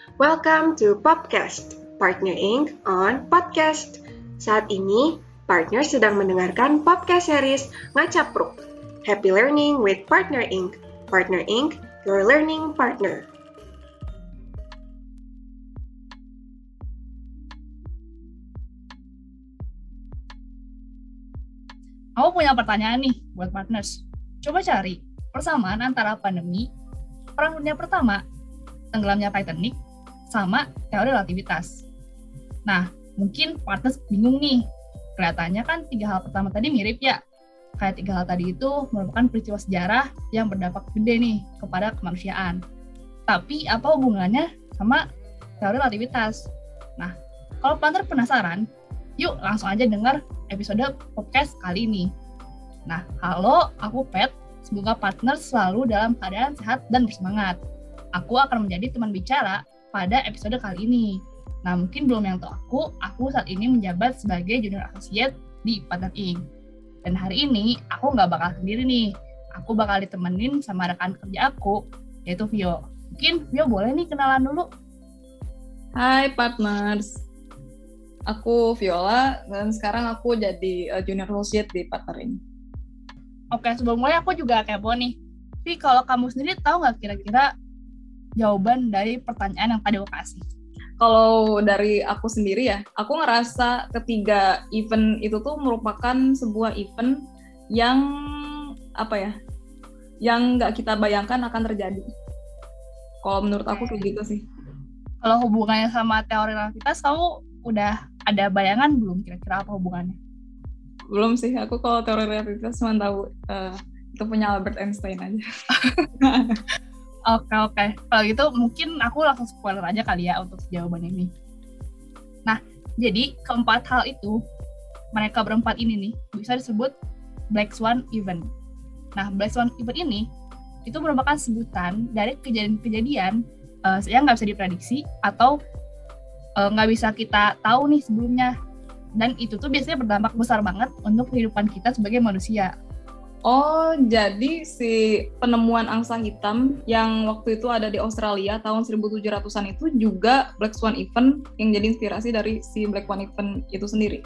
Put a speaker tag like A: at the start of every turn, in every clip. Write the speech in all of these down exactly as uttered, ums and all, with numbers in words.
A: Welcome to Podcast, Partner Incorporated on Podcast. Saat ini, Partner sedang mendengarkan podcast series Ngacapruk. Happy Learning with Partner Incorporated. Partner Incorporated, your learning partner.
B: Aku punya pertanyaan nih buat partners. Coba cari persamaan antara pandemi, Perang Dunia Pertama, tenggelamnya Titanic, sama teori relativitas. Nah, mungkin partners bingung nih. Kelihatannya kan tiga hal pertama tadi mirip ya. Kayak tiga hal tadi itu merupakan peristiwa sejarah yang berdampak gede nih kepada kemanusiaan. Tapi apa hubungannya sama teori relativitas? Nah, kalau partner penasaran, yuk langsung aja dengar episode podcast kali ini. Nah, halo, aku Pet. Semoga partner selalu dalam keadaan sehat dan bersemangat. Aku akan menjadi teman bicara pada episode kali ini. Nah, mungkin belum yang tahu aku, aku saat ini menjabat sebagai Junior Associate di Partner Incorporated. Dan hari ini, aku nggak bakal sendiri nih. Aku bakal ditemenin sama rekan kerja aku, yaitu Vio. Mungkin Vio boleh nih kenalan dulu.
C: Hai partners, aku Viola dan sekarang aku jadi uh, Junior Associate di Partner Incorporated.
B: Oke, sebelum mulai aku juga kepo nih. Tapi kalau kamu sendiri tahu nggak kira-kira jawaban dari pertanyaan yang tadi aku kasih?
C: Kalau dari aku sendiri ya, aku ngerasa ketiga event itu tuh merupakan sebuah event yang apa ya, yang nggak kita bayangkan akan terjadi. Kalau menurut aku kayak gitu sih.
B: Kalau hubungannya sama teori relativitas, kamu udah ada bayangan belum kira-kira apa hubungannya?
C: Belum sih, aku kalau teori relativitas cuma tahu uh, itu punya Albert Einstein aja.
B: Oke, oke. Kalau gitu mungkin aku langsung spoiler aja kali ya untuk jawaban ini. Nah, jadi keempat hal itu, mereka berempat ini nih, bisa disebut Black Swan Event. Nah, Black Swan Event ini, itu merupakan sebutan dari kejadian-kejadian uh, yang nggak bisa diprediksi atau uh, nggak bisa kita tahu nih sebelumnya. Dan itu tuh biasanya berdampak besar banget untuk kehidupan kita sebagai manusia.
C: Oh, jadi si penemuan angsa hitam yang waktu itu ada di Australia tahun seribu tujuh ratusan itu juga Black Swan Event yang jadi inspirasi dari si Black Swan Event itu sendiri.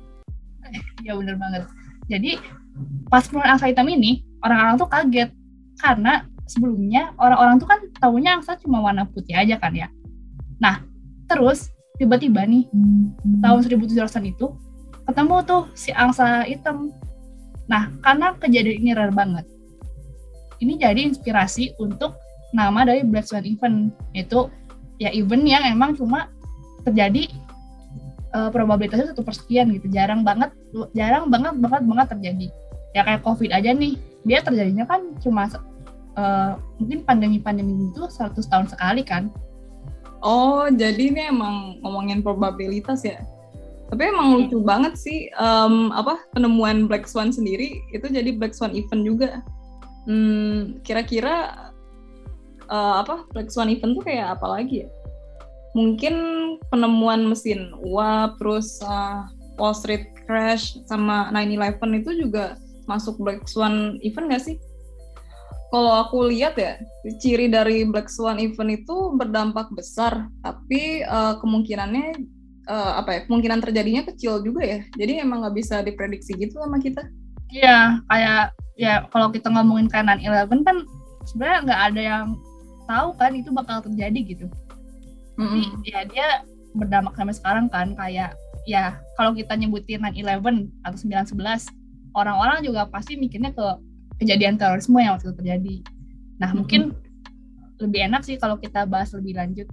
B: Ya benar banget. Jadi pas penemuan angsa hitam ini, orang-orang tuh kaget. Karena sebelumnya orang-orang tuh kan taunya angsa cuma warna putih aja kan ya. Nah, terus tiba-tiba nih, tahun seribu tujuh ratusan itu, ketemu tuh si angsa hitam. Nah, karena kejadian ini rare banget, ini jadi inspirasi untuk nama dari Black Swan Event, yaitu ya event yang emang cuma terjadi uh, probabilitasnya satu persekian gitu, jarang banget, jarang banget, banget, banget terjadi. Ya kayak COVID aja nih, dia terjadinya kan cuma uh, mungkin pandemi-pandemi itu seratus tahun sekali kan.
C: Oh, jadi ini emang ngomongin probabilitas ya. Tapi emang lucu banget sih um, apa penemuan Black Swan sendiri itu jadi Black Swan Event juga. Hmm, kira-kira uh, apa Black Swan Event tuh kayak apa lagi ya? Mungkin penemuan mesin uap, terus uh, Wall Street Crash sama nine eleven itu juga masuk Black Swan Event nggak sih? Kalau aku lihat ya, ciri dari Black Swan Event itu berdampak besar, tapi uh, kemungkinannya uh, apa ya? Kemungkinan terjadinya kecil juga ya. Jadi emang nggak bisa diprediksi gitu sama kita.
B: Iya, kayak ya kalau kita ngomongin kayak nine eleven kan sebenarnya nggak ada yang tahu kan itu bakal terjadi gitu. Tapi mm-hmm. ya dia berdampak sampai sekarang kan, kayak ya kalau kita nyebutin nine eleven atau nine eleven, orang-orang juga pasti mikirnya ke kejadian terorisme yang waktu itu terjadi. Nah, mm-hmm. mungkin lebih enak sih kalau kita bahas lebih lanjut.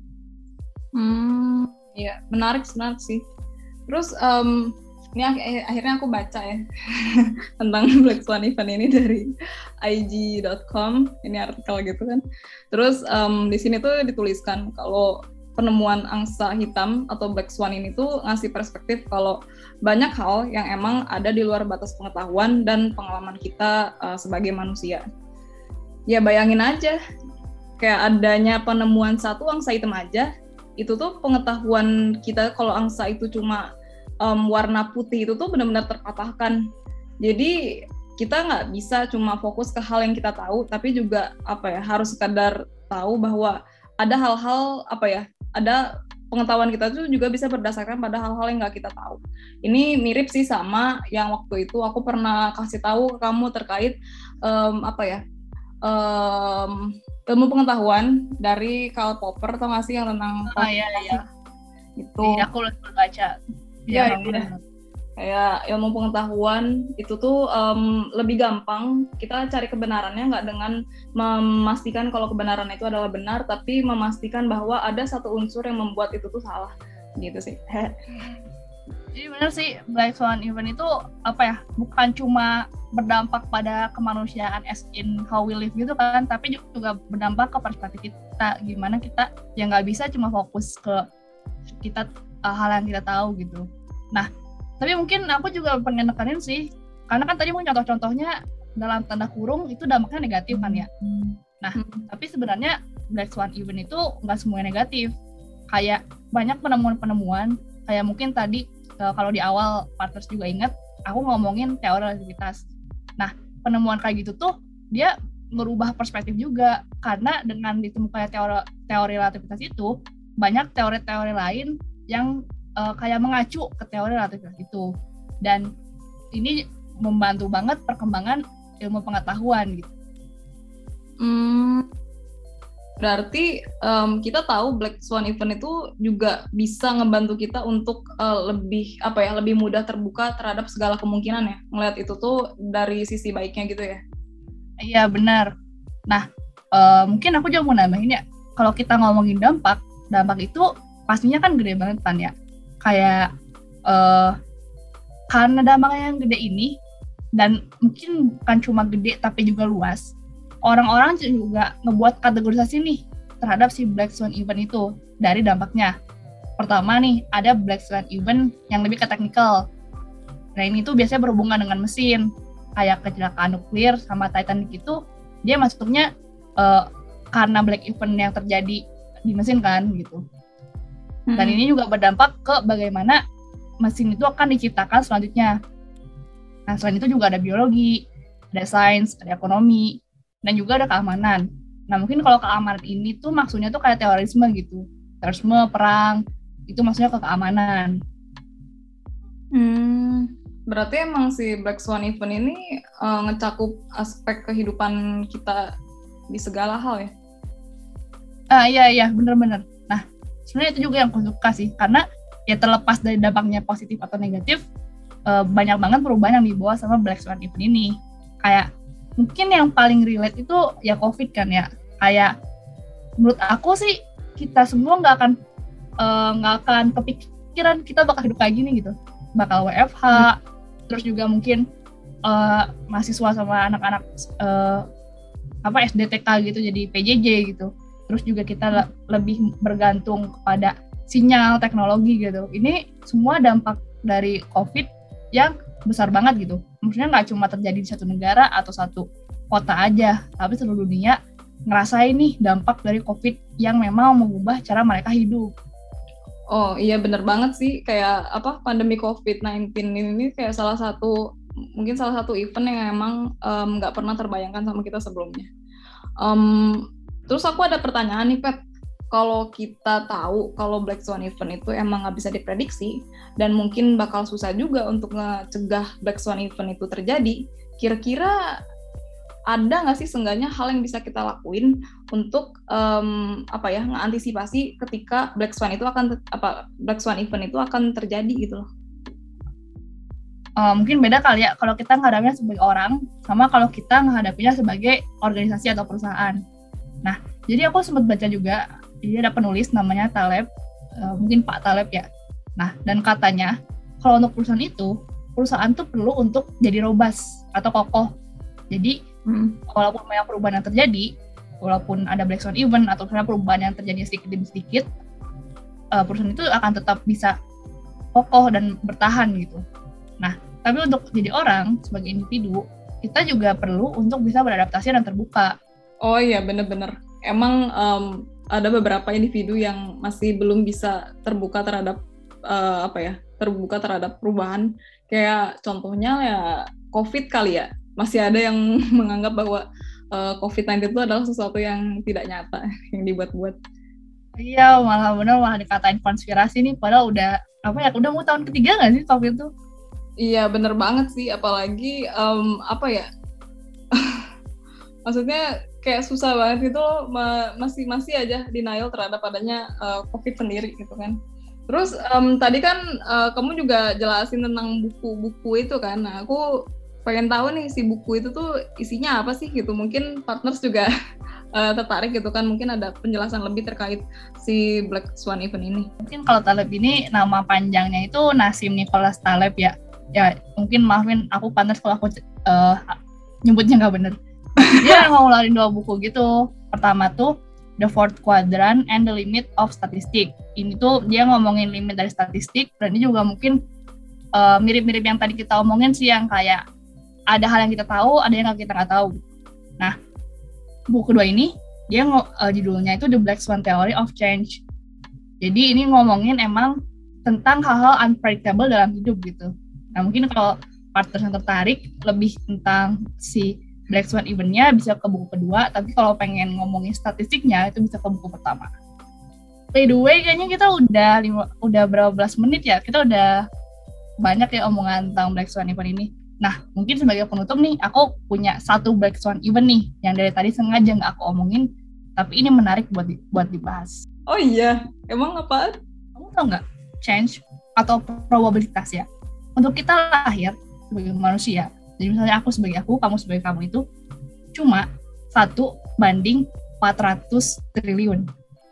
C: Hmm, ya menarik, menarik sih. Terus um, ini ak- akhirnya aku baca ya tentang Black Swan Event ini dari I G dot com, ini artikel gitu kan. Terus um, di sini tuh dituliskan kalau penemuan angsa hitam atau Black Swan ini tuh ngasih perspektif kalau banyak hal yang emang ada di luar batas pengetahuan dan pengalaman kita uh, sebagai manusia. Ya bayangin aja, kayak adanya penemuan satu angsa hitam aja, itu tuh pengetahuan kita kalau angsa itu cuma um, warna putih itu tuh benar-benar terpatahkan. Jadi kita nggak bisa cuma fokus ke hal yang kita tahu, tapi juga apa ya harus sekadar tahu bahwa ada hal-hal apa ya, ada pengetahuan kita itu juga bisa berdasarkan pada hal-hal yang nggak kita tahu. Ini mirip sih sama yang waktu itu aku pernah kasih tahu ke kamu terkait um, apa ya um, ilmu pengetahuan dari Karl Popper, tau nggak sih yang tentang
B: oh iya iya
C: itu.
B: Iya, aku udah baca.
C: Iya, iya. Kayak ilmu pengetahuan itu tuh um, lebih gampang kita cari kebenarannya, nggak dengan memastikan kalau kebenaran itu adalah benar, tapi memastikan bahwa ada satu unsur yang membuat itu tuh salah, gitu sih.
B: Jadi benar sih, Black Swan event itu apa ya, bukan cuma berdampak pada kemanusiaan as in how we live gitu kan, tapi juga berdampak ke perspektif kita, gimana kita yang nggak bisa cuma fokus ke kita uh, hal yang kita tahu gitu. Nah, tapi mungkin aku juga pengen nekanin sih, karena kan tadi mungkin contoh-contohnya dalam tanda kurung itu dampaknya negatif kan ya. Nah, hmm. tapi sebenarnya Black Swan event itu nggak semuanya negatif. Kayak banyak penemuan-penemuan, kayak mungkin tadi uh, kalau di awal partners juga ingat, aku ngomongin teori relativitas. Nah, penemuan kayak gitu tuh dia merubah perspektif juga, karena dengan ditemukannya teori, teori relativitas itu, banyak teori-teori lain yang Uh, kayak mengacu ke teori relativitas itu, dan ini membantu banget perkembangan ilmu pengetahuan gitu.
C: Hmm, berarti um, kita tahu Black Swan event itu juga bisa ngebantu kita untuk uh, lebih apa ya lebih mudah terbuka terhadap segala kemungkinan ya, ngelihat itu tuh dari sisi baiknya gitu ya.
B: Iya benar. Nah uh, mungkin aku juga mau nambahin ya, kalau kita ngomongin dampak, dampak itu pastinya kan gede banget kan ya. Kayak uh, karena dampaknya yang gede ini, dan mungkin bukan cuma gede tapi juga luas, orang-orang juga ngebuat kategorisasi nih terhadap si Black Swan event itu dari dampaknya. Pertama nih, ada Black Swan event yang lebih ke teknikal. Nah ini tuh biasanya berhubungan dengan mesin, kayak kecelakaan nuklir sama Titanic itu, dia masuknya uh, karena Black event yang terjadi di mesin kan gitu. Dan ini juga berdampak ke bagaimana mesin itu akan diciptakan selanjutnya. Nah, selain itu juga ada biologi, ada sains, ada ekonomi, dan juga ada keamanan. Nah, mungkin kalau keamanan ini tuh maksudnya tuh kayak terorisme gitu. Terorisme, perang, itu maksudnya ke keamanan.
C: Hmm, berarti emang si Black Swan event ini uh, ngecakup aspek kehidupan kita di segala hal ya?
B: Ah, iya, iya, benar-benar. Nah, sebenarnya itu juga yang aku suka sih, karena ya terlepas dari dampaknya positif atau negatif, uh, banyak banget perubahan yang dibawa sama Black Swan event ini. Kayak mungkin yang paling relate itu ya COVID kan ya. Kayak menurut aku sih kita semua nggak akan nggak uh, akan kepikiran kita bakal hidup kayak gini gitu, bakal W F H, hmm. terus juga mungkin uh, mahasiswa sama anak-anak uh, apa S D T K gitu jadi P J J gitu. Terus juga kita le- lebih bergantung kepada sinyal teknologi gitu. Ini semua dampak dari COVID yang besar banget gitu. Maksudnya nggak cuma terjadi di satu negara atau satu kota aja, tapi seluruh dunia ngerasain nih dampak dari COVID yang memang mengubah cara mereka hidup.
C: Oh iya benar banget sih, kayak apa pandemi covid sembilan belas ini kayak salah satu mungkin salah satu event yang emang nggak um, pernah terbayangkan sama kita sebelumnya. Um, terus aku ada pertanyaan nih Pep, kalau kita tahu kalau Black Swan event itu emang nggak bisa diprediksi dan mungkin bakal susah juga untuk ngecegah Black Swan event itu terjadi, kira-kira ada nggak sih seenggaknya hal yang bisa kita lakuin untuk um, apa ya ngantisipasi ketika Black Swan itu akan apa Black Swan event itu akan terjadi gitu loh?
B: Uh, mungkin beda kali ya kalau kita menghadapinya sebagai orang sama kalau kita menghadapinya sebagai organisasi atau perusahaan. Nah, jadi aku sempat baca juga, jadi ada penulis namanya Taleb, uh, mungkin Pak Taleb ya. Nah, dan katanya kalau untuk perusahaan itu, perusahaan tuh perlu untuk jadi robust atau kokoh. Jadi hmm. walaupun banyak perubahan yang terjadi, walaupun ada Black Swan event atau perubahan yang terjadi sedikit demi sedikit, uh, perusahaan itu akan tetap bisa kokoh dan bertahan gitu. Nah, tapi untuk jadi orang sebagai individu, kita juga perlu untuk bisa beradaptasi dan terbuka.
C: Oh iya, benar-benar. Emang um, ada beberapa individu yang masih belum bisa terbuka terhadap uh, apa ya, terbuka terhadap perubahan. Kayak contohnya ya COVID kali ya. Masih ada yang menganggap bahwa uh, covid sembilan belas itu adalah sesuatu yang tidak nyata, yang dibuat-buat.
B: Iya, malah bener malah dikatain konspirasi nih, padahal udah apa ya, udah mau tahun ketiga nggak sih waktu itu?
C: Iya bener banget sih, apalagi um, apa ya, maksudnya kayak susah banget gitu loh, ma- masih masih aja denial terhadap adanya uh, COVID sendiri gitu kan. Terus um, tadi kan uh, kamu juga jelasin tentang buku-buku itu kan, nah aku pengen tahu nih si buku itu tuh isinya apa sih gitu, mungkin partners juga uh, tertarik gitu kan, mungkin ada penjelasan lebih terkait si Black Swan event ini.
B: Mungkin kalau Taleb ini nama panjangnya itu Nassim Nicholas Taleb ya. Ya mungkin maafin aku partners kalau aku uh, nyebutnya nggak bener. Dia mau ngeluarin dua buku gitu. Pertama tuh The Fourth Quadrant and the Limit of Statistics. Ini tuh dia ngomongin limit dari statistik, dan ini juga mungkin uh, mirip-mirip yang tadi kita omongin sih, yang kayak ada hal yang kita tahu, ada yang kita nggak tahu. Nah, buku kedua ini dia uh, judulnya itu The Black Swan Theory of Change. Jadi ini ngomongin emang tentang hal-hal unpredictable dalam hidup gitu. Nah, mungkin kalau partners yang tertarik lebih tentang si Black Swan event-nya bisa ke buku kedua, tapi kalau pengen ngomongin statistiknya itu bisa ke buku pertama. By the way, kayaknya kita udah lima, udah berapa belas menit ya, kita udah banyak ya omongan tentang Black Swan event ini. Nah, mungkin sebagai penutup nih, aku punya satu Black Swan event nih, yang dari tadi sengaja nggak aku omongin, tapi ini menarik buat di, buat dibahas.
C: Oh iya, emang apaan?
B: Kamu tau nggak, change atau probabilitas ya? Untuk kita lahir sebagai manusia, jadi misalnya aku sebagai aku, kamu sebagai kamu itu cuma satu banding empat ratus triliun.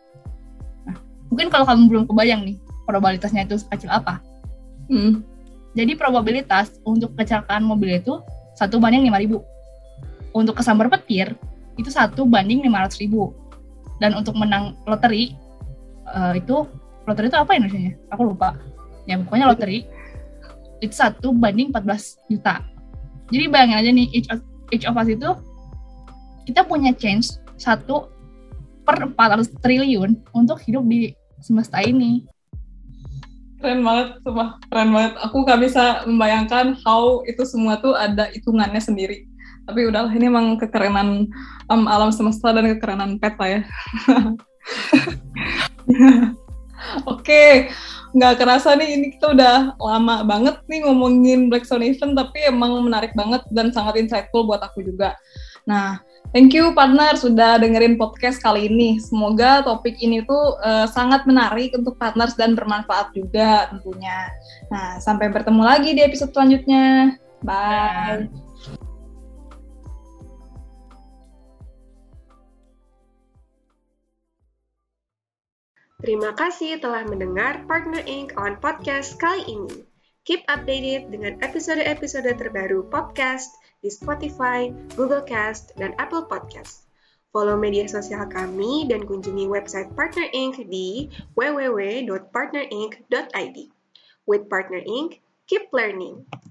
B: Nah, mungkin kalau kamu belum kebayang nih, probabilitasnya itu sekecil apa.
C: Hmm.
B: Jadi probabilitas untuk kecelakaan mobil itu satu banding lima ribu. Untuk kesambar petir, itu satu banding lima ratus ribu. Dan untuk menang loteri, uh, itu, loteri itu apa Indonesianya? Aku lupa. Ya, pokoknya loteri, itu satu banding empat belas juta. Jadi bayangin aja nih, each of, each of us itu, kita punya chance satu per empat ratus triliun untuk hidup di semesta ini.
C: Keren banget, sumpah. Keren banget. Aku gak bisa membayangkan how itu semua tuh ada hitungannya sendiri. Tapi udahlah, ini emang kekerenan um, alam semesta dan kekerenan pet lah ya. Oke, nggak kerasa nih, ini kita udah lama banget nih ngomongin Black Swan Event, tapi emang menarik banget dan sangat insightful buat aku juga. Nah, thank you partner sudah dengerin podcast kali ini. Semoga topik ini tuh uh, sangat menarik untuk partners dan bermanfaat juga tentunya. Nah, sampai bertemu lagi di episode selanjutnya. Bye.
A: Terima kasih telah mendengar Partner Inc on podcast kali ini. Keep updated dengan episode-episode terbaru podcast di Spotify, Google Cast, dan Apple Podcast. Follow media sosial kami dan kunjungi website Partner Inc di w w w dot partner inc dot i d. With Partner Inc, keep learning.